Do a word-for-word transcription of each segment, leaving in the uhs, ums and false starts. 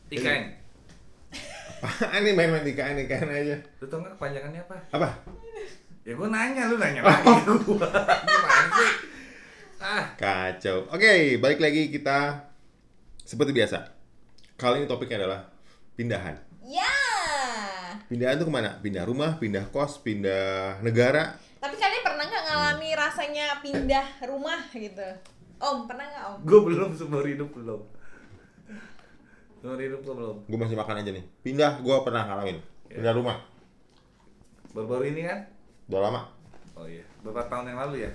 I K N. Apaan nih main-main I K N I K N aja? Lu tau nggak kepanjangannya apa? Apa? Ya gue nanya, lu nanya lagi ke gua. Gimana sih? Ah, Kacau. Oke, balik lagi kita seperti biasa. Kali ini topiknya adalah pindahan. Ya. Pindahan tuh kemana? Pindah rumah, pindah kos, pindah negara. Tapi kalian pernah nggak ngalami rasanya pindah rumah gitu? Om, pernah nggak Om? gue belum seumur hidup belum. Seumur hidup gue belum. Gue masih makan aja nih. Pindah, gue pernah ngalamin. Pindah rumah. Baru-baru ini kan? Udah lama. Oh iya, beberapa tahun yang lalu ya.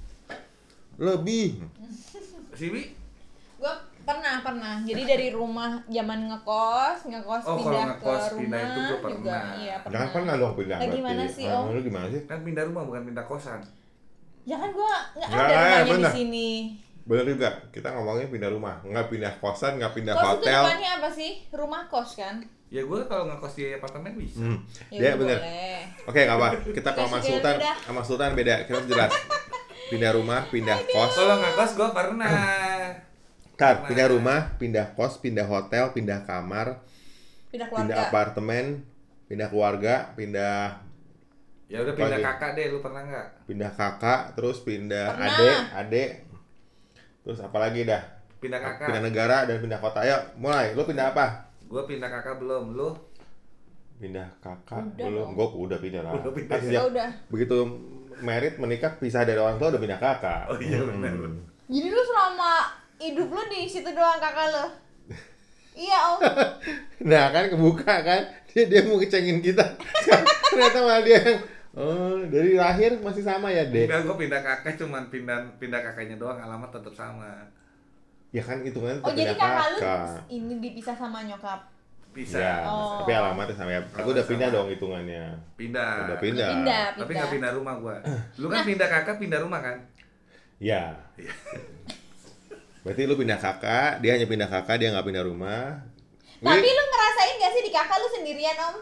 Lebih. Siwi? Gue pernah pernah. Jadi dari rumah zaman ngekos, ngekos Oh, kalau pindah ngekos, ke rumah pindah itu gua juga. pernah. Iya, pernah. Jangan pernah dong pindah. Nah, berarti. gimana sih, Ah, Om? Lu gimana sih? Kan pindah rumah bukan pindah kosan. Ya kan gue nggak Nggak, ada eh, rumahnya di bener. sini. Bener juga. Kita ngomongnya pindah rumah. Nggak pindah kosan, nggak pindah Kos itu hotel. depannya apa sih? Rumah kos kan? Ya gue kalau ngekos di apartemen bisa. Hmm. Ya, Ya, udah bener. boleh. Oke, nggak apa. Kita kalau sama Kasih Sultan, dia udah. sama Sultan beda. Kita jelas. Pindah rumah, pindah kos. Kalau ngekos gue pernah. Ntar, Pernah. pindah rumah, pindah kos, pindah hotel, pindah kamar, Pindah pindah keluarga. apartemen, pindah keluarga, pindah Ya udah pindah Apa lagi? kakak deh, lu pernah nggak? pindah kakak, terus pindah Pernah. adik, adik. Terus apa lagi dah? Pindah kakak. Pindah negara dan pindah kota. Ayo, mulai. Lu pindah apa? Gue pindah kakak belum, lu? Pindah kakak Udah belum. dong. Gue udah pindah lah. Udah pindah. Kan sejak Ya udah. begitu merit menikah pisah dari orang tua udah pindah kakak. Oh iya, Hmm. benar. Jadi lu selama hidup lu di situ doang kakak lu? Iya Om. Nah kan kebuka kan, dia dia mau ngecengin kita. Ternyata malah dia yang oh dari lahir masih sama ya deh. Enggak, gue pindah kakak cuman pindah pindah kakaknya doang, alamat tetap sama. Ya kan itu kan Oh jadi pindah kakak lu kakak. ini dipisah sama nyokap? Bisa. Ya, Oh. tapi alamatnya sama ya. Aku udah Sama. pindah dong hitungannya. Pindah. Udah pindah. Pindah, Tapi pindah. nggak pindah rumah gua. Lu kan pindah kakak, pindah rumah kan? Ya. Iya. Berarti lu pindah kakak, dia hanya pindah kakak, dia nggak pindah rumah. Tapi Wih, lu ngerasain gak sih di kakak lu sendirian Om?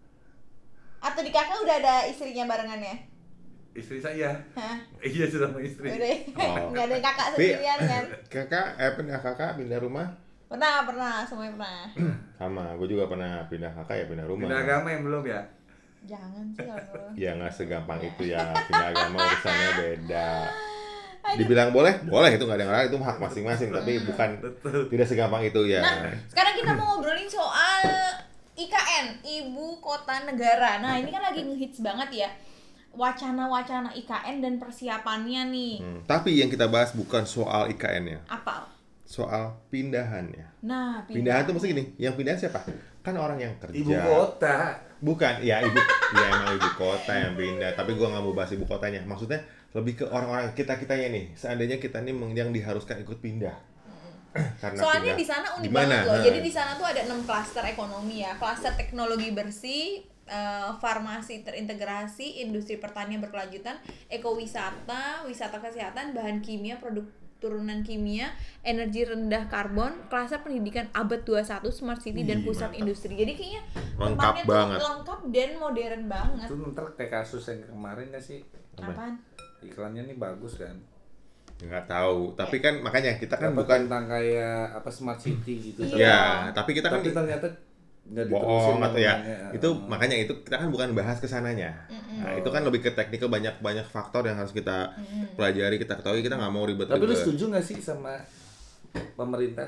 Atau di kakak udah ada istrinya barengannya? Istri saya. Hah? Iya, sudah sama istri. Udah, Oh. nggak ada kakak Bi- sendirian kan? kakak, eh pindah kakak, pindah rumah. Pernah, pernah, semuanya pernah. Sama, gue juga pernah pindah kakak ya pindah rumah. Pindah agama yang belum ya? Jangan sih kalau Ya nggak segampang itu ya, pindah agama urusannya beda. Dibilang boleh, boleh itu nggak ada yang larang, itu hak masing-masing, tapi bukan Betul. tidak segampang itu ya. Nah, sekarang kita mau ngobrolin soal I K N, Ibu Kota Negara. Nah, ini kan lagi ngehits banget ya. Wacana-wacana I K N dan persiapannya nih. Hmm, Tapi yang kita bahas bukan soal I K N-nya, Apa? soal pindahannya. Nah, Pindahan tuh maksudnya gini, yang pindahan siapa? Kan orang yang kerja. Ibu kota. Bukan, ya ibu, ya emang ibu kota yang pindah. Tapi gua nggak mau bahas ibu kotanya. Maksudnya lebih ke orang-orang kita kitanya nih. Seandainya kita nih meng- yang diharuskan ikut pindah. Karena Soalnya pindah. di sana unik Gimana? banget loh. Nah. Jadi di sana tuh ada enam klaster ekonomi ya. Klaster teknologi bersih, eh, farmasi terintegrasi, industri pertanian berkelanjutan, ekowisata, wisata kesehatan, bahan kimia, produk turunan kimia, energi rendah karbon, klaster pendidikan abad dua puluh satu, smart city dan Wih, pusat mantap. industri. Jadi kayaknya Lengkap tempatnya banget. tuh lengkap dan modern banget. Itu ntar kayak kasus yang kemarin nggak sih? Apa? Apaan? Iklannya nih bagus kan? Nggak tahu. Tapi kan makanya kita kan Apa bukan tentang kayak apa smart city gitu. ya, tapi kita kan Tapi ternyata nggak diterusin bohong atau ya. omongannya. Itu makanya itu kita kan bukan bahas ke sananya. Nah, itu kan lebih ke teknikal, banyak-banyak faktor yang harus kita pelajari, kita ketahui, kita nggak mau ribet-ribet. Tapi lu setuju nggak sih sama pemerintah?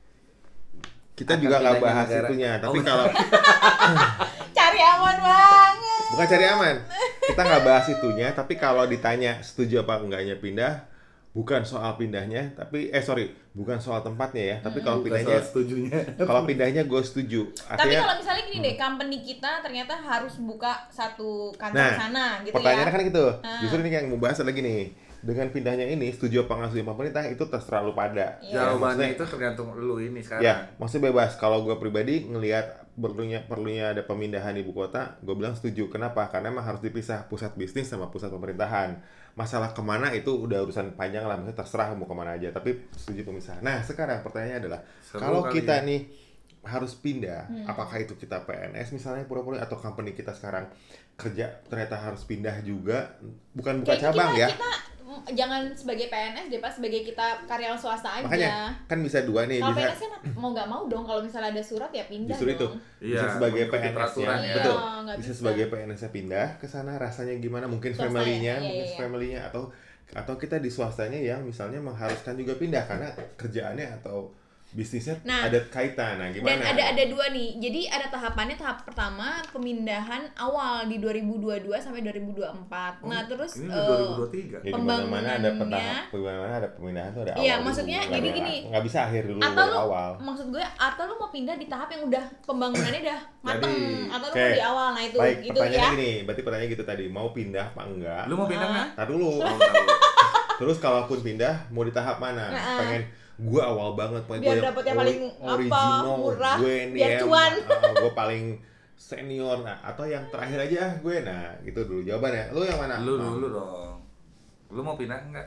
Kita akan juga nggak pindahnya bahas negara? itunya, tapi Oh, kalau Cari aman banget. bukan cari aman, kita nggak bahas itunya, tapi kalau ditanya setuju apa enggaknya pindah, bukan soal pindahnya, tapi eh sorry, bukan soal tempatnya ya, tapi kalau Bukan pindahnya, soal setujunya. kalau pindahnya gue setuju. Tapi Artinya, kalau misalnya gini deh, company kita ternyata harus buka satu kantor nah, sana gitu pertanyaannya ya. kan gitu. Ah. Justru ini yang mau bahas lagi nih. Dengan pindahnya ini, setuju apa nggak setuju pemerintah itu terserah lu pada. Iya. Jawabannya maksudnya- itu tergantung lu ini sekarang. Ya, maksudnya bebas. Kalau gue pribadi ngelihat perlunya perlunya ada pemindahan ibu kota, gue bilang setuju. Kenapa? Karena emang harus dipisah pusat bisnis sama pusat pemerintahan. Masalah kemana itu udah urusan panjang lah, maksudnya terserah mau kemana aja. Tapi setuju pemisahan. Nah, sekarang pertanyaannya adalah, Seru kalau kali kita ya. nih harus pindah, Hmm. apakah itu kita P N S misalnya pura-pura atau company kita sekarang kerja ternyata harus pindah juga, bukan buka Kayaknya cabang kita, ya. kita jangan sebagai P N S deh, pas sebagai kita karyawan swasta aja. Makanya kan bisa dua nih, kalau bisa P N S kan mau nggak mau dong, kalau misalnya ada surat ya pindah justru itu dong. bisa Iya, sebagai mengikuti P N S-nya, peraturan ya. betul. Iya, nggak Bisa bisa. sebagai P N S-nya pindah ke sana rasanya gimana? Mungkin Swasta family-nya, ya, iya, mungkin iya, iya. family-nya atau atau kita di swastanya yang misalnya mengharuskan juga pindah karena kerjaannya atau bisnisnya Nah, ada kaitan. Nah, gimana? Dan ada ada dua nih. Jadi ada tahapannya. Tahap pertama pemindahan awal di dua ribu dua puluh dua sampai dua ribu dua puluh empat. Oh, Nah, terus ini eh, udah dua ribu dua puluh tiga. Ya, di mana-mana ada pembangunannya- petahap, di mana-mana ada pemindahan tuh ada awal. Iya, dulu. maksudnya Nggak jadi ada- gini. nggak bisa akhir dulu atau baru lu awal. maksud gue atau lu mau pindah di tahap yang udah pembangunannya udah mateng, Jadi, atau lu oke. mau di awal. Nah, itu Baik, itu pertanyaannya ya. gini, berarti pertanyaannya gitu tadi, mau pindah apa enggak? Lu mau pindah Ah. nggak? Tar dulu. Oh, ntar dulu. Terus kalaupun pindah mau di tahap mana? Nah, Pengen gua awal banget, pokoknya Biar gua dapet yang ori- paling apa, original, murah, gue nih biar em, cuan. uh, gua paling senior, nah atau yang terakhir aja gue, nah gitu dulu jawabannya. Lu yang mana? Lu Oh. dulu dong. Lu mau pindah nggak?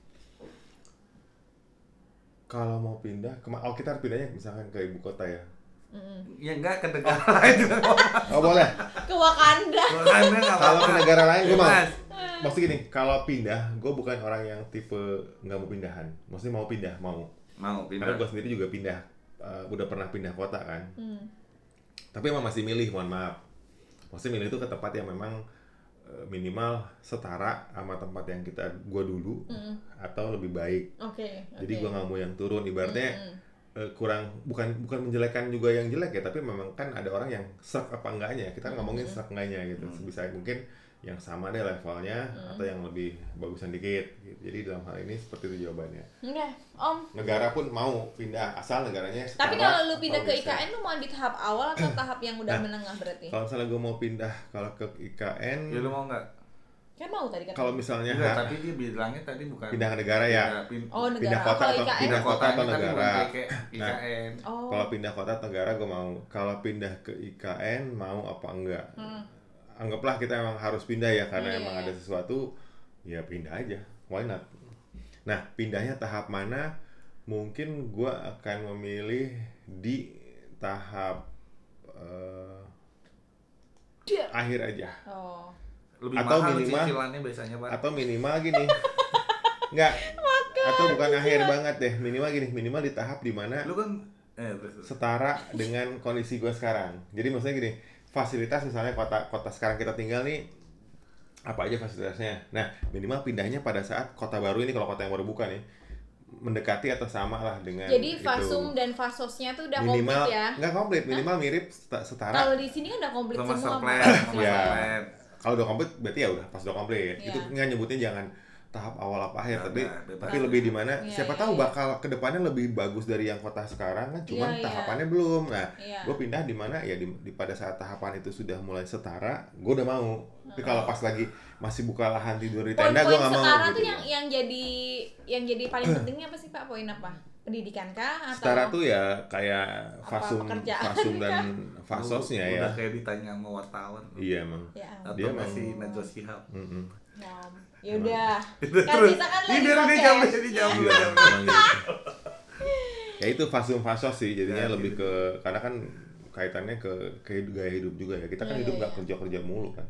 Kalau mau pindah, kema- oh kita harus pindahnya misalkan ke ibu kota ya? Mm-mm. Ya enggak, ke negara lain. Oh boleh. Ke Wakanda. Makanya nggak Kalau ke apa-apa. negara lain gue mau. Bebas. Maksudnya gini, kalau pindah, gue bukan orang yang tipe nggak mau pindahan. Maksudnya mau pindah, mau. Mau Karena pindah. gue sendiri juga pindah, uh, udah pernah pindah kota kan. Hmm. Tapi emang masih milih, mohon maaf. Maksudnya milih itu ke tempat yang memang uh, minimal setara sama tempat yang kita gua dulu Mm-mm. atau lebih baik. Oke. Jadi oke. gua nggak mau yang turun. Ibaratnya Mm-mm. uh, kurang bukan bukan menjelekan juga yang jelek ya, tapi memang kan ada orang yang serk apa enggaknya. Kita ngomongin serk enggaknya gitu. Hmm. Sebisa mungkin yang sama deh levelnya Hmm. atau yang lebih bagusan dikit. Gitu. Jadi dalam hal ini seperti itu jawabannya. Oke, Om. Negara pun mau pindah asal negaranya setara. Tapi kalau lu pindah atau ke I bisa. K N lu mau di tahap awal atau tahap yang udah Nah, menengah berarti? Kalau misalnya gue mau pindah kalau ke I K N, Ya lu mau nggak? Kan mau tadi kan. kalau misalnya Enggak, ha- tapi dia bilangnya tadi bukan pindah ke negara ya, pindah, pin- Oh, negara. pindah kota Kalau atau I K N? pindah kota atau kotanya tadi negara. bukan I K N. Oh. Kalau pindah kota atau negara gue mau. Kalau pindah ke I K N mau apa enggak? Hmm. Anggaplah kita emang harus pindah ya karena Iya, emang iya. ada sesuatu, ya pindah aja. Why not? Nah, pindahnya tahap mana? Mungkin gue akan memilih di tahap eh, Dia. akhir aja. Oh. Lebih Atau mahal minimal- cicilannya biasanya, Pak. Atau minimal gini. Enggak. Atau bukan akhir banget deh. Minimal gini, minimal di tahap dimana Lu kan eh terus. terus. setara dengan kondisi gue sekarang. Jadi maksudnya gini, fasilitas misalnya kota kota sekarang kita tinggal nih apa aja fasilitasnya. Nah, minimal pindahnya pada saat kota baru ini, kalau kota yang baru buka nih, mendekati atau sama lah dengan Jadi itu. fasum dan fasosnya tuh udah minimal komplit ya. nggak komplit, minimal mirip seta- setara. Kalau di sini kan udah komplit Sama semua. master plan, Mas. sama Iya. master plan. Kalau udah komplit berarti ya udah pas udah komplit. Iya. Itu nggak nyebutnya jangan tahap awal apa akhir, Nggak, tapi nggak, bebas. tapi lebih di mana Iya, siapa iya, tahu iya. bakal kedepannya lebih bagus dari yang kota sekarang kan, cuman Iya, iya. tahapannya belum. Nah, Iya. gue pindah di mana ya di, di pada saat tahapan itu sudah mulai setara, gue udah mau. Tapi kalau pas lagi masih buka lahan tidur di tenda, gue Poin-poin nggak mau. setara gitu. tuh yang yang jadi yang jadi paling pentingnya apa sih Pak? Poin apa? Pendidikan kah atau Setara tuh ya kayak Apa fasum, pekerjaan fasum dan fasosnya Lu- ya. Udah kayak ditanya sama wartawan. Iya emang. Ya, Atau Dia emang- masih Najwa Shihab. Mm-mm. ya udah. Terus, Kan kita kan ini lagi dia dia podcast. jawab, dia jawab. Iya, emang gitu. Ya itu fasum fasos sih, jadinya Ya, lebih gitu. ke karena kan kaitannya ke ke hidup- gaya hidup juga ya. Kita kan Iya, hidup iya, nggak iya. kerja kerja mulu kan.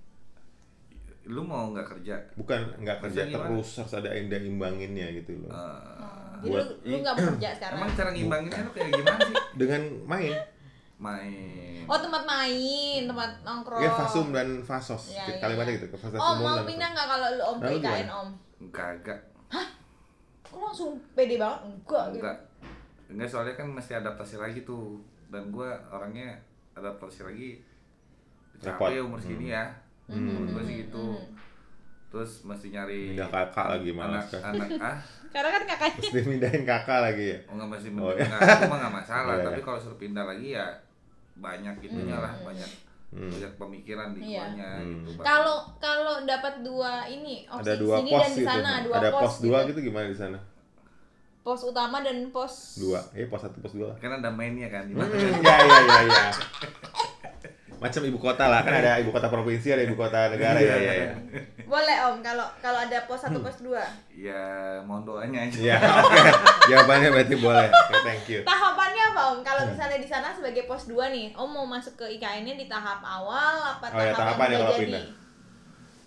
Lu mau nggak kerja? Bukan nggak kerja Maksudnya gimana? terus, harus ada indah imbanginnya gitu loh. Eh, Jadi lu, Buat- lu nggak bekerja sekarang? emang cara ngimbanginnya lu kayak gimana sih? Dengan main, Main. Oh tempat main, tempat nongkrong. ya fasum dan fasos, Iya, iya, kalimatnya iya. gitu, ke fasilitas Om umum mau dan pindah nggak kalau lu Om Nah, ke lu I K N gimana? Om? Kagak. Kok langsung pede banget? Enggak gitu. Enggak. Enggak, soalnya kan mesti adaptasi lagi tuh. Dan gua orangnya adaptasi lagi Repot. capek umur segini ya. Hmm. Menurut gua sih gitu. Hmm. Terus mesti nyari Pindah kakak lagi, malas anak, kan. anak ah Karena kan kakaknya. Terus dimindahin kakak lagi ya. oh nggak masih Oh, mending iya. nggak, itu mah nggak masalah. Iya, Tapi iya. kalau suruh pindah lagi ya banyak itunya lah, banyak Hmm. banyak pemikiran di Iya. guanya Hmm. gitu. Kalau kalau dapat dua ini opsi Ada dua sini pos dan di gitu. sana dua Ada pos, pos dua gitu. gitu gimana di sana? Pos utama dan pos Dua. Eh pos satu, pos dua lah. kan ada mainnya kan di Hmm, mana? ya ya ya ya. Macam ibu kota lah, kan ada ibu kota provinsi, ada ibu kota negara ya ya ya. Boleh Om kalau kalau ada pos satu Hmm. pos dua. Ya mohon doanya aja. Ya, oke. Jawabannya berarti boleh. Oke, thank you. Tahapannya apa Om? Kalau misalnya di sana sebagai pos dua nih, Om mau masuk ke I K N-nya di tahap awal apa Oh ya, tahap tahapan ya yang udah kalau jadi? pindah.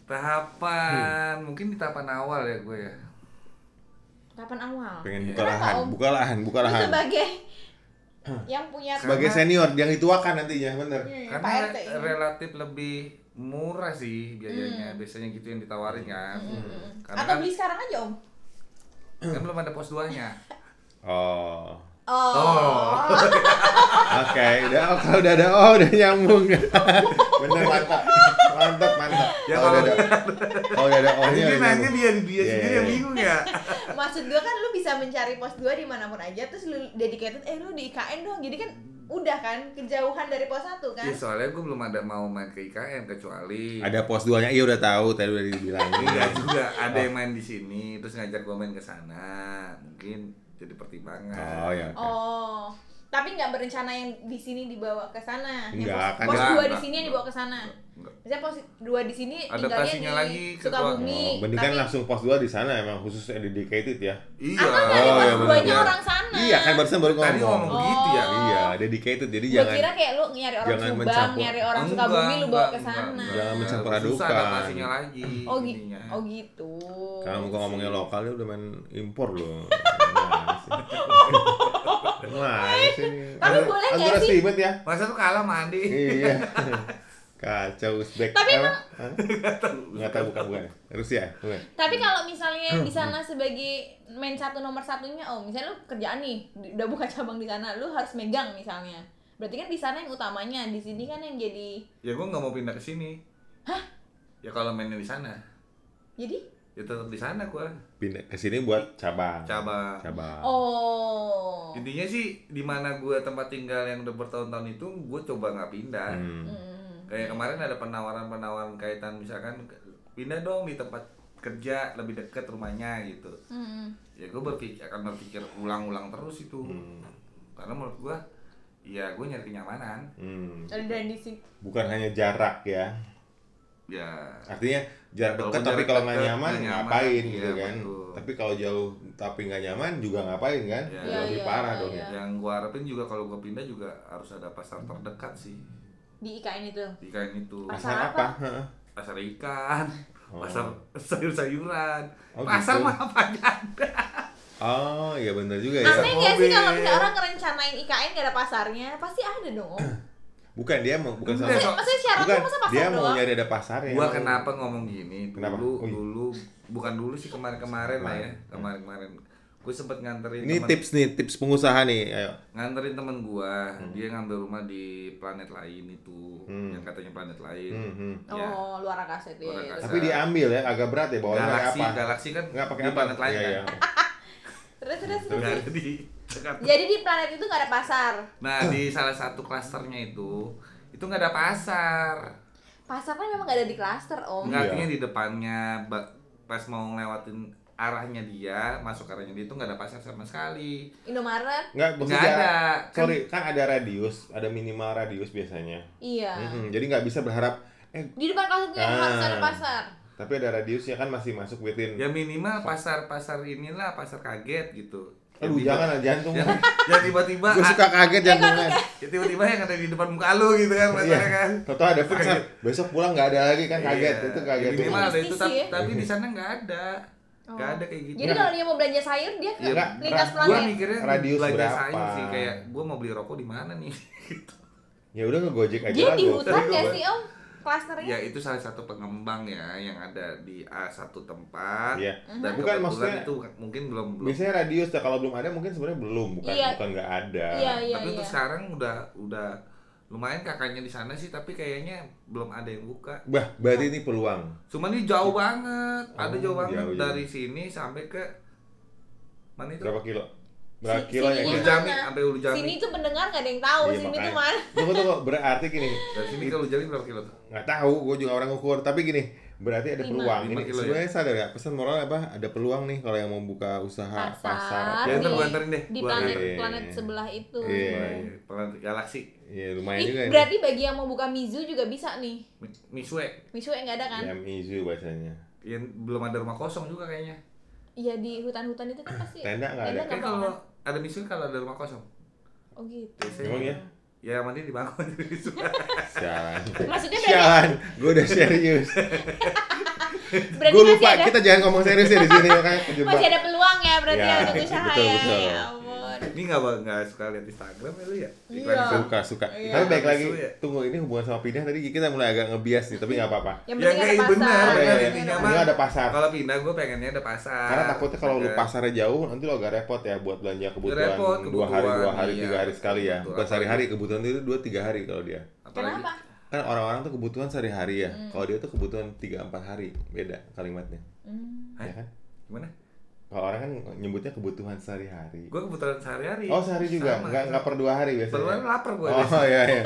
Tahapan, mungkin di tahapan awal ya gue ya. Kapan awal? Pengen buka Kenapa, lahan, Om? buka lahan, buka Lu lahan. sebagai yang punya Sebagai Karena- senior yang dituakan nantinya, bener. Hmm, Karena Pak R T ini. relatif lebih murah sih biayanya, biasanya gitu yang ditawarin kan. Hmm. Karena Atau kan, beli sekarang aja, Om? kan belum ada pos duanya. Oh. Oh. Oh. Oke, udah oh, kalau udah ada oh udah nyambung. Bener mantap. Mantap, mantap. Ya, kalau udah kalau- ada kalau udah ada Jadi oh-nya dia udah nanya nyambung. dia dia Iya, sendiri iya, yang iya. bingung ya. Maksud gue kan lu bisa mencari pos dua dimanapun aja, terus lu dedicated, eh lu di I K N dong, jadi kan udah kan kejauhan dari pos satu kan. Ya soalnya gue belum ada mau main ke I K M kecuali Ada pos duanya, iya udah tahu, tadi udah dibilangin. enggak juga ada yang main di sini terus ngajak gue main ke sana, mungkin jadi pertimbangan. Oh ya. oke. Oh, tapi nggak berencana yang di sini dibawa ke sana. Yang Enggak, pos, kan pos enggak, dua di enggak, sini yang dibawa ke sana. Enggak. Misalnya pos dua di sini tinggalnya Adaptasinya di lagi ke Sukabumi. Oh, mending kan tapi langsung pos dua di sana emang khusus dedicated ya. Iya. atau dari Oh, pos iya, duanya benar. orang sana. Iya, kan barusan baru Tadi ngomong. ngomong gitu ya. Oh. Iya, dedicated. Jadi Gua jangan kira kayak lu nyari orang jangan Subang, mencampur. nyari orang Enggak, Sukabumi lu bawa enggak, ke sana. enggak, Jangan mencampur Susah adukan. adaptasinya lagi. Oh, gi- intinya. oh gitu. Kamu kok ngomongnya lokal dia udah main impor loh. Nah, sih. Tapi boleh nggak Agak sih? ribet ya. Masa tuh kalah mandi. Iya. Kacau Uzbek. Tapi Apa? emang- Hah? Nggak tahu bukan bukan. Rusia, bukan. Tapi kalau misalnya yang di sana sebagai main satu nomor satunya, oh misalnya lu kerjaan nih, di- udah buka cabang di sana, lu harus megang misalnya. Berarti kan di sana yang utamanya, di sini kan yang jadi Ya gue nggak mau pindah ke sini. Hah? Ya kalau mainnya di sana, jadi ya tetap di sana gue. Pindah ke sini buat cabang. Cabang. Cabang. oh. Intinya sih di mana gue tempat tinggal yang udah bertahun-tahun itu gue coba nggak pindah. Hmm. Hmm. Kayak kemarin ada penawaran-penawaran kaitan misalkan pindah dong di tempat kerja lebih dekat rumahnya gitu. Hmm. Ya gue berpikir akan berpikir ulang-ulang terus itu. Hmm. Karena menurut gue ya gue nyari kenyamanan. Hmm. Dan dan di sini Bukan hanya jarak ya. Ya Artinya jarak Walaupun dekat tapi jarak kalau nggak dekat, nyaman nggak nyaman, ngapain iya, gitu kan. betul. Tapi kalau jauh tapi nggak nyaman juga ngapain kan? Iya. Udah lebih Iya, parah iya, dong iya. ya. yang gue harapin juga kalau gue pindah juga harus ada pasar terdekat sih di I K N itu. di kain itu. Pasar Pasar apa? apa? Heeh. Pasar ikan, Oh. pasar sayur-sayuran, Oh, pasar gitu. mah apa aja ada. Oh, iya benar juga ya. Aneh nggak sih mobil. kalau misalnya orang ngerencanain I K N gak ada pasarnya? Pasti ada dong, Om. Bukan dia mau bukan Enggak, sama. so- Maksudnya syaratnya Bukan, masa pasar dia doang? mau nyari ada pasarnya. Gua kenapa ngomong gini? Kenapa? Dulu, Oh, iya. dulu bukan dulu sih kemarin-kemarin lah ya, kemarin-kemarin. Gue sempet nganterin Ini temen- tips nih, tips pengusaha nih. Ayo. nganterin temen gua, dia ngambil rumah di planet lain itu, Hmm. yang katanya planet lain. Hmm, hmm. Ya. Oh, luar angkasa itu Luar ya. angkasa. Tapi diambil ya, agak berat ya bawahnya pakai Galaksi, apa? galaksi kan Nggak pakai di apa? planet lain Iya, kan. iya. Terus terus terus. Nggak ada di Jakarta. Jadi di planet itu nggak ada pasar. Nah di salah satu klasternya itu, itu nggak ada pasar. Pasar kan memang nggak ada di klaster, Om. Nggak, Iya. artinya di depannya ba- pas mau ngelewatin arahnya dia, masuk arahnya dia itu nggak ada pasar sama sekali. Indomaret? Nggak, Nggak maksudnya ada. sorry, kan ada radius, ada minimal radius biasanya. Iya. Mm-mm, jadi nggak bisa berharap, eh Di depan klaster itu yang Ah. harus ada pasar. tapi ada radiusnya kan masih masuk within. Ya minimal pasar-pasar inilah pasar kaget gitu. Aduh, Yang tiba- jangan lah, jantung. yang, yang tiba-tiba Gue suka kaget jantungan. ya tiba-tiba yang ada di depan muka lu gitu kan pasarnya kan. Iya. Toto ada pasar, besok pulang nggak ada lagi kan kaget. Iya. Itu kaget. Ya, minimal ada itu Mistis tapi, ya. tapi di sana nggak ada. Oh. Nggak ada kayak gitu. Jadi kalau dia mau belanja sayur dia ke Iya, Nggak, lintas ra- Gua planet. mikirnya Radius belanja berapa? sayur sih, kayak gua mau beli rokok di mana nih gitu. Ya udah ngegojek aja Dia lah. di gua. hutan nggak sih, Om? Klasternya? Ya itu salah satu pengembang ya yang ada di A satu tempat. Iya. Dan Bukan, kebetulan maksudnya- itu mungkin belum belum. Biasanya radius ya, kalau belum ada mungkin sebenarnya belum, bukan Iya. bukan nggak ada. Iya, iya, Tapi iya. untuk sekarang udah udah lumayan kakaknya di sana sih, tapi kayaknya belum ada yang buka. Bah, berarti ini peluang. Cuman ini jauh banget. Ada Oh, jauh banget jauh, jauh. dari sini sampai ke mana itu? Berapa kilo? Berapa Si- kilo ya? sininya Ulu Gitu? Jami, mana? sampai Ulu Jami. Sini tuh pendengar nggak ada yang tahu Iya, sini makanya. tuh mana. Tunggu tunggu, berarti gini. Dari sini ke Ulu Jami berapa kilo tuh? Nggak tahu, gue juga orang ukur. Tapi gini, berarti ada Lima. peluang. Lima Ini kilo ya? sebenarnya sadar ya, pesan moral apa? Ada peluang nih kalau yang mau buka usaha Pasar, pasar. Ya, di, ntar gua anterin deh, di gua planet anterin. planet sebelah itu. Iya. Planet Galaksi. Iya, lumayan Ih, juga ini. berarti bagi yang mau buka Mizu juga bisa nih. Mi- Misue. Mizu nggak ada kan? Ya, Mizu bahasanya. Yang belum ada rumah kosong juga kayaknya. Iya di hutan-hutan itu kan pasti. Tenda nggak ada. Kan gampang kalau kan? ada Misue kalau ada rumah kosong. Oh gitu. Biasanya. Emang ya? Ya yang mandi dibangun dari Misue. Sialan. Maksudnya berarti Sialan, gue udah serius. Berarti Gue masih lupa, ada kita jangan ngomong serius ya di sini makanya kejebak. masih ada peluang ya berarti Ya, ya untuk usaha betul, ya. betul. Ya ampun. Ini nggak nggak suka lihat Instagram ya lu ya? Iya. Iklan itu. Suka, suka. Iya. Tapi baik lagi, Bisu ya? tunggu ini hubungan sama pindah tadi kita mulai agak ngebias nih, tapi nggak apa-apa. Yang Ya penting kayak ada pasar. benar, Oh, iya, benar iya. intinya Ini mah. ada pasar. Kalau pindah gue pengennya ada pasar. Karena takutnya kalau lu Ada- pasarnya jauh, nanti lo agak repot ya buat belanja kebutuhan Repot, dua hari, dua kebutuhan, hari, iya. tiga hari sekali ya. Betul. Bukan sehari-hari, kebutuhan itu dua tiga hari kalau dia. Apalagi- Kenapa? Kan orang-orang tuh kebutuhan sehari-hari ya. Hmm. Kalau dia tuh kebutuhan tiga empat hari, beda kalimatnya. Hmm. Ya kan? Gimana? Kalau orang kan nyebutnya kebutuhan sehari-hari. Gue kebetulan sehari-hari. Oh, sehari juga. Sama. Enggak enggak per dua hari biasanya. Kebetulan lapar gue. Oh, iya iya.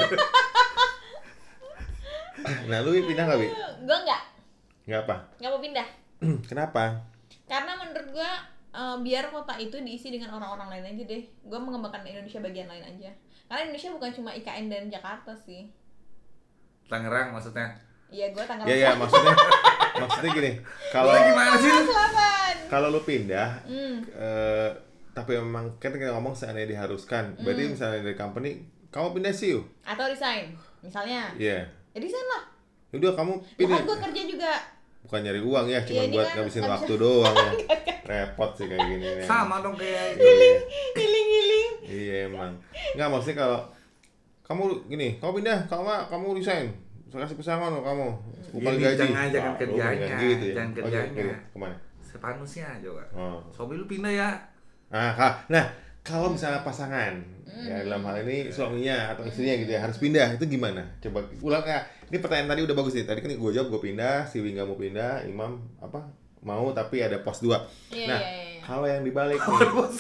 Nah, lu Wi, pindah enggak, Wi? Gue enggak, Enggak apa? enggak mau pindah. Kenapa? Karena menurut gue eh, biar kota itu diisi dengan orang-orang lain aja deh. Gue mengembangkan Indonesia bagian lain aja. Karena Indonesia bukan cuma I K N dan Jakarta sih. Tangerang maksudnya. Iya, gue Tangerang Ya ya, maksudnya maksudnya gini. Kalau Lu gimana sih lu? Selatan. kalau lu pindah Hmm. eh, tapi memang kan kita ngomong seandainya diharuskan. Berarti Hmm. misalnya dari company, kamu pindah sih yuk. Atau resign, misalnya. Iya. Ya resign lah. Udah kamu Ya pindah. kan gue kerja juga. Bukan nyari uang ya, cuma Iya, ini buat kan ngabisin nggak waktu doang ya. Repot sih kayak gini nih. Sama dong kayak itu. Iya. Giling-giling. Iya emang. Enggak maksudnya kalau kamu gini, kamu pindah, kamu nggak, kamu resign. Saya kasih pesangon loh kamu. Bukan Gini, gaji. jangan- jangan Wah, lu kerjanya, jangan gitu ya. jangan Oh, kerjanya. gitu. Kemana? Sepanusnya aja Kak. Oh. Sobi lu pindah ya. Nah, ka- nah, kalau misalnya pasangan ya dalam hal ini suaminya atau istrinya gitu ya harus pindah, itu gimana? Coba ulang ya. Ini pertanyaan tadi udah bagus nih. Tadi kan gue jawab gue pindah, si Wi nggak mau pindah, Imam apa? Mau tapi ada pos dua. Iya, Nah, iya, iya. kalau yang dibalik nih.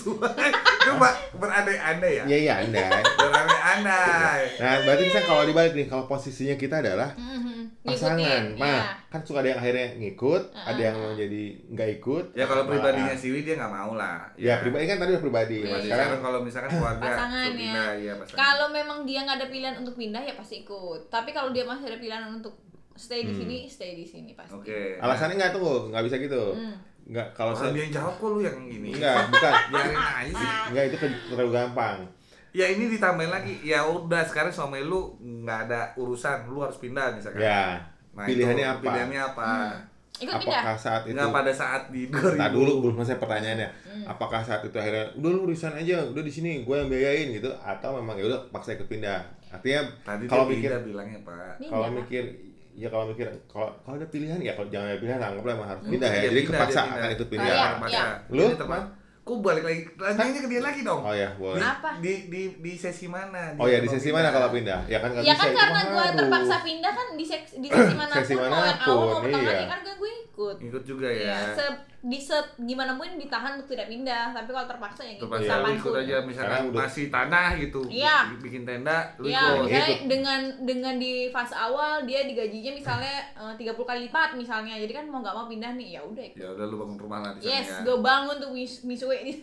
Coba berandai-andai ya. Iya iya andai. Berandai-andai. Nah, berarti misalnya kalau dibalik nih, kalau posisinya kita adalah Mhm. pasangan, Ngikutin, nah iya. kan suka ada yang akhirnya ngikut, Uh-uh. ada yang mau jadi nggak ikut. Ya kalau malah- pribadinya Siwi dia nggak mau lah. ya, pribadi kan tadi udah pribadi. Iya, Mas. iya. Sekarang Sekarang kalau misalkan keluarga Pasangan suruh ya. pindah, iya pasangan. Kalau memang dia nggak ada pilihan untuk pindah ya pasti ikut. Tapi kalau dia masih ada pilihan untuk stay di Hmm. sini, stay di sini pasti. Oke. alasannya nggak tuh, nggak bisa gitu. Hmm. Nggak kalau Kalau saya dia yang jawab kok lu yang ini. nggak bukan. Biarin aja sih. Nggak itu kan terlalu gampang. Ya ini ditambahin lagi. Ya udah sekarang suami lu nggak ada urusan, lu harus pindah misalkan. Ya. Nah, pilihannya itu, apa? Pilihannya apa? Ikut pindah. Apakah saat itu? Enggak pada saat di dua ribu. Nah dulu belum selesai pertanyaannya. Hmm. Apakah saat itu akhirnya udah lu resign aja, udah di sini gue yang biayain gitu, atau memang ya udah paksa ikut pindah? Artinya Tadi kalau dia mikir pindah bilangnya Pak. Pindah, kalau Pak. mikir ya kalau mikir kalau kalau ada pilihan ya kalau jangan ada pilihan anggaplah emang harus Hmm. pindah ya. Dia Jadi pindah, kepaksa dia pindah. akan ikut Oh, pindah. iya. Terpaksa. Lu? Jadi teman, kok balik lagi? Lanjutnya ke dia lagi dong. Oh ya, boleh. Apa? Di di di sesi mana? Oh ya di sesi mana kalau pindah? Ya kan nggak Ya bisa kan itu karena mah gue harus. terpaksa pindah kan di sesi, di sesi manapun, Sesi mau yang manapun, awal mau pertama iya. kali kan gue gue ikut. Ikut juga Iya, ya. se di se gimana pun ditahan untuk tidak pindah, tapi kalau terpaksa ya ngikut Terpaksa Iya. lu kapanpun. ikut aja misalkan Karena udah- masih tanah gitu. Iya. Bikin tenda, lu Iya, ikut. misalnya Ikut. dengan dengan di fase awal dia digajinya misalnya eh, tiga puluh kali lipat misalnya. Jadi kan mau nggak mau pindah nih, ya udah ikut. Ya udah lu bangun rumah lah di sana Yes, ya. gue bangun tuh mis misue di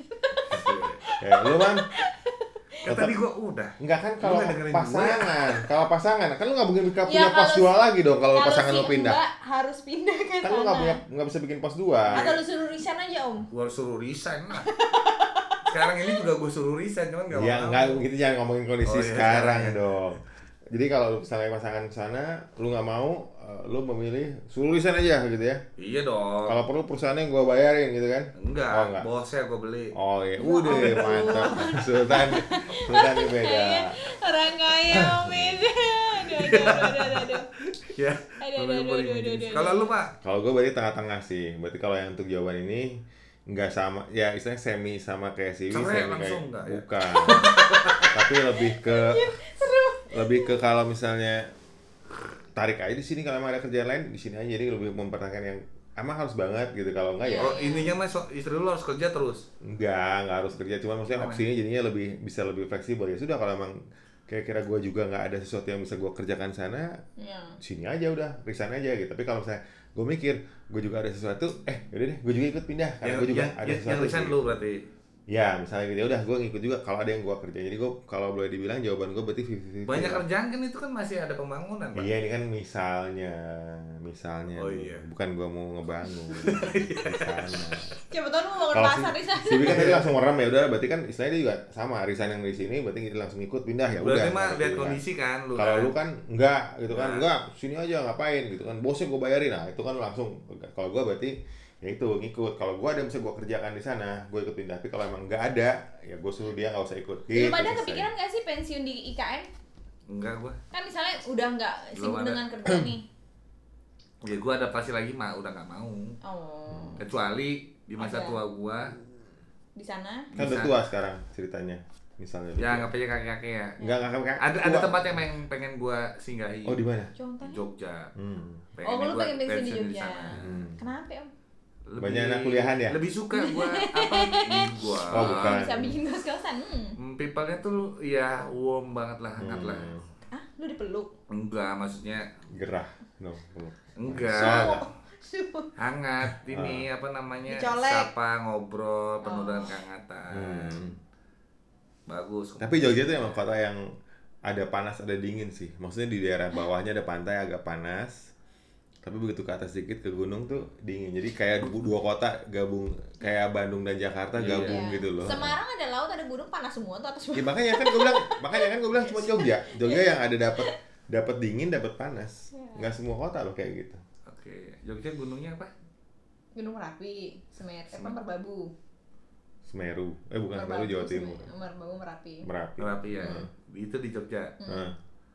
Ya, lu man Kan tadi gua udah. enggak kan Lu kalau nggak dengerin gue. pasangan, kalau pasangan kan lu nggak mungkin punya Ya, pos kalau dua si- lagi dong kalau Kalau pasangan si lu pindah. Mbak harus pindah ke Kan lu nggak sana. punya nggak bisa bikin pos dua. Atau lu suruh resign aja om. Gua harus suruh resign lah. Sekarang ini juga gua suruh resign cuman enggak Ya mau. enggak gitu jangan ngomongin kondisi Oh, iya, sekarang iya. dong. Jadi kalau misalnya pasangan ke sana, lu nggak mau, eh, lu memilih suruh resign aja gitu ya. Iya dong. Kalau perlu perusahaannya gua bayarin gitu kan? enggak, Oh, enggak. bosnya gua beli. Oh iya, udah mantap. Sultan, Sultan ini beda. Orang kaya om beda. Aduh, aduh, aduh, aduh, aduh. Ya. Aduh, aduh, lebih aduh, boleh aduh, begini. aduh, Kalau aduh. lu, Pak, Kalau gue berarti tengah-tengah sih. Berarti kalau yang untuk jawaban ini nggak sama, ya istilahnya semi sama kayak Siwi, Cerai semi kayak langsung nggak ya? bukan. Tapi lebih ke lebih ke kalau misalnya tarik aja di sini kalau emang ada kerjaan lain di sini aja, jadi lebih mempertahankan yang emang harus banget gitu. Kalau enggak ya oh intinya mah so- istri lu harus kerja terus. enggak, enggak harus kerja, cuma maksudnya Gimana? opsinya jadinya lebih bisa lebih fleksibel ya. Sudah kalau emang kira-kira gue juga nggak ada sesuatu yang bisa gue kerjakan sana, Iya. sini aja udah, resign aja gitu. Tapi kalau misalnya gue mikir gue juga ada sesuatu, eh yaudah deh gue juga ikut pindah karena Yang, gue juga yang, ada yang, sesuatu yang resign sih. lu berarti. Ya, misalnya gitu, ya udah gue ngikut juga kalau ada yang gue kerja. Jadi gue kalau boleh dibilang jawaban gue berarti fifty fifty. Banyak kerjaan kan itu kan masih ada pembangunan, Pak. Iya, ini kan misalnya, misalnya. Oh, iya. Bukan gue mau ngebangun. Misalnya. Coba tau lu mau bangun Kalau pasar si, di sana. si Bi kan tadi langsung merem ya udah, berarti kan istilahnya dia juga sama, resign yang di sini, berarti kita langsung ikut pindah ya udah. Berarti mah gitu lihat kan. kondisi kan lu. Kalau kan. lu kan enggak gitu kan, Nah. enggak sini aja ngapain gitu kan, bosnya gue bayarin, nah itu kan langsung. Kalau gue berarti ya itu ngikut. Kalau gue ada yang bisa gue kerjakan di sana, gue ikut pindah. Tapi kalau emang nggak ada, ya gue suruh dia nggak usah ikut. Lu Gitu, pada selesai. kepikiran gak sih pensiun di I K N? Enggak gua. Kan misalnya udah nggak Belum sibuk ada. dengan kerja nih. Ya gua adaptasi lagi mah udah nggak mau. Oh, Kecuali di masa Ada. tua gua di sana. Kan udah bisa. tua sekarang ceritanya, misalnya. Ya nggak aja kakek-kakek ya. Enggak enggak enggak. Ada ada tempat yang pengen, pengen gua singgahi. Oh di mana? Contohnya? Jogja. Hmm. Oh, lu gua pengen pensiun di pensiun Jogja. sana. Hmm. Kenapa om? Lebih- Banyak anak kuliahan ya? Lebih suka gua apa? Ih, gua. Oh, bukan. Bisa bikin kos-kosan. Hmm. Hmm, People-nya tuh ya warm banget lah, hangat lah. Hmm. Ah, lu dipeluk. Enggak, maksudnya Gerah. No. belum. enggak. Sumpah. Hangat ini apa namanya? Dicolek. Sapa, ngobrol, penuh Oh. dengan kehangatan. Hmm. Bagus. Tapi Jogja itu emang kota yang ada panas ada dingin sih. Maksudnya di daerah bawahnya ada pantai agak panas. Tapi begitu ke atas dikit ke gunung tuh dingin. Jadi kayak du- dua kota gabung, kayak Bandung dan Jakarta Iya. gabung Iya. gitu loh. Semarang ada laut, ada gunung, panas semua tuh atas Ya, bawah. makanya kan gue bilang, makanya kan gue bilang cuma Jogja. Jogja yang ada dapat dapat dingin, dapat panas. Nggak semua kota loh kayak gitu. Oke, Jogja gunungnya apa? Gunung Merapi, Semeru, apa Semeru. Merbabu. Semeru. Eh bukan Semeru, Jawa Timur. Semeru, Merbabu, Merapi. Merapi. Merapi ya. Hmm. Itu di Jogja. Nah.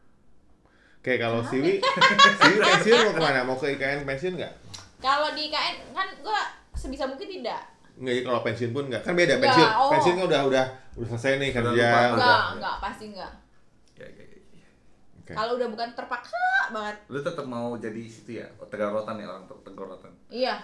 Kayak kalau Siwi, Siwi pensiun mau kemana? Mau ke I K N pensiun nggak? Kalau di I K N kan gua sebisa mungkin tidak. Nggak, kalau pensiun pun nggak. Kan beda Nggak, pensiun. oh. Pensiun kan udah udah udah selesai nih Udah kerja. lupa. udah. Enggak, ya. enggak, pasti enggak. Ya, ya, ya, ya. Oke. Kalau udah bukan terpaksa banget. Lu tetap mau jadi situ ya? Tegarotan ya, orang Tegarotan. Iya.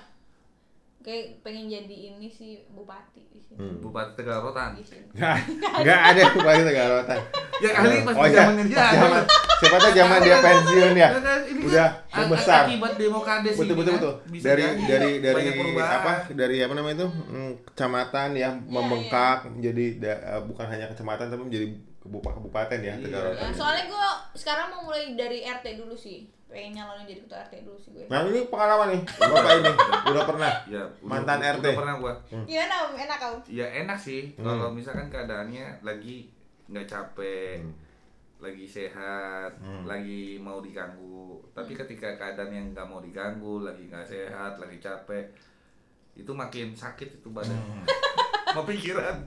Kayak pengen jadi ini sih bupati di sini. Hmm. Bupati Tegarotan. Di sini. Nggak, nggak ada bupati Tegarotan. Ya kali pas Oh, iya. zaman kerja. Zaman, siapa tahu zaman dia pensiun ya. Ya kan, ini Udah kan membesar. akibat demokades Betul ini betul kan, betul. bisa Dari jadi dari dari banyak perubahan. apa? Dari apa namanya itu? Hmm, kecamatan ya membengkak menjadi da- eh, bukan hanya kecamatan tapi menjadi kebupa- kabupaten ya Iya. Tegarotan. Ya, soalnya gue sekarang mau mulai dari R T dulu sih. Pengen nyalonin jadi ketua R T dulu sih gue. Nah ini pengalaman nih, bapak ini udah pernah Ya, udah- mantan udah R T. pernah gua. Gimana om? Enak om? Ya enak sih Hmm. kalau misalkan keadaannya lagi nggak capek, Hmm. lagi sehat, Hmm. lagi mau diganggu. Tapi ketika keadaan yang nggak mau diganggu, lagi nggak sehat, lagi capek, itu makin sakit itu badan. Hmm. Mau pikiran.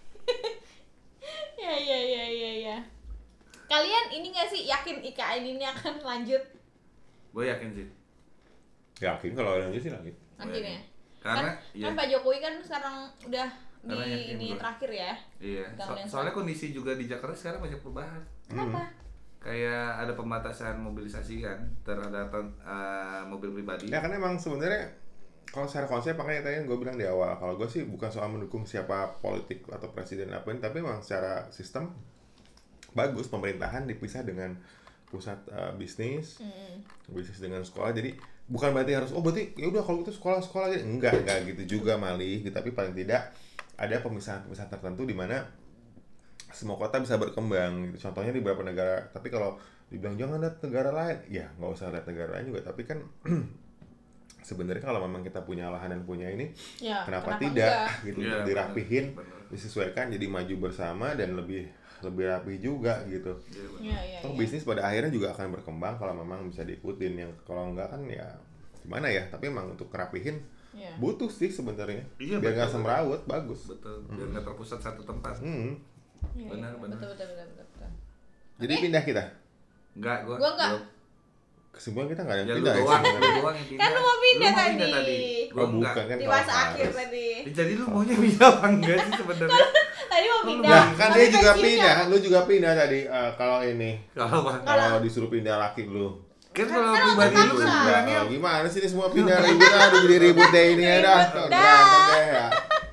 Ya ya ya ya ya. Kalian ini nggak sih yakin I K N ini akan lanjut? Gue yakin sih. Yakin kalau orang sih lagi. Akhirnya. Karena kan, iya, kan Pak Jokowi kan sekarang udah di Karena yakin ini gua. terakhir ya. iya. Kalau So- yang soalnya sekarang. kondisi juga di Jakarta sekarang banyak perubahan. Kenapa? Kayak ada pembatasan mobilisasi kan terhadap eh, mobil pribadi. Ya kan emang sebenarnya kalau secara konsep makanya tadi gue bilang di awal kalau gue sih bukan soal mendukung siapa politik atau presiden apa ini tapi emang secara sistem bagus pemerintahan dipisah dengan pusat eh, bisnis Mm-mm. bisnis dengan sekolah jadi bukan berarti harus oh berarti ya udah kalau gitu sekolah sekolah gitu enggak enggak gitu juga malih tapi paling tidak ada pemisahan-pemisahan tertentu di mana semua kota bisa berkembang gitu. Contohnya di beberapa negara tapi kalau dibilang jangan lihat negara lain ya nggak usah lihat negara lain juga tapi kan sebenarnya kalau memang kita punya lahan dan punya ini Ya, kenapa, kenapa tidak enggak? gitu Iya, dirapihin benar, benar. disesuaikan jadi maju bersama dan lebih lebih rapi juga gitu. Iya, benar. Ya ya. Toh ya. bisnis pada akhirnya juga akan berkembang kalau memang bisa diikutin yang kalau enggak kan ya gimana ya tapi emang untuk kerapihin Ya. butuh sih sebenarnya Iya, biar nggak betul. semrawut bagus. Betul. Biar nggak terpusat satu tempat. Hmm. Ya, Benar, ya. benar. Betul betul betul betul. betul. Jadi pindah kita. Enggak, gua. Gua enggak. belum. Kesimpulan kita nggak ada yang Ya lu pindah ya doang, lu sebenarnya. doang yang pindah. Kan lu mau pindah Lu mau tadi. Gua Oh enggak. bukan kan Di kalau masa akhir harus. tadi. Ya, jadi lu maunya pindah apa enggak sih sebenarnya? Tadi mau Lu pindah. Nah kan tapi dia juga pensiunnya- pindah, kan lu juga pindah tadi eh, kalau ini Kalau apa? kalau disuruh pindah laki lu. Kan Kan- kalau kan pribadi lu terpaksa. kan Ya, bilangnya kalau gimana sih ini semua pindah ribut aduh jadi ribut deh ini ya dah. Ribut dah.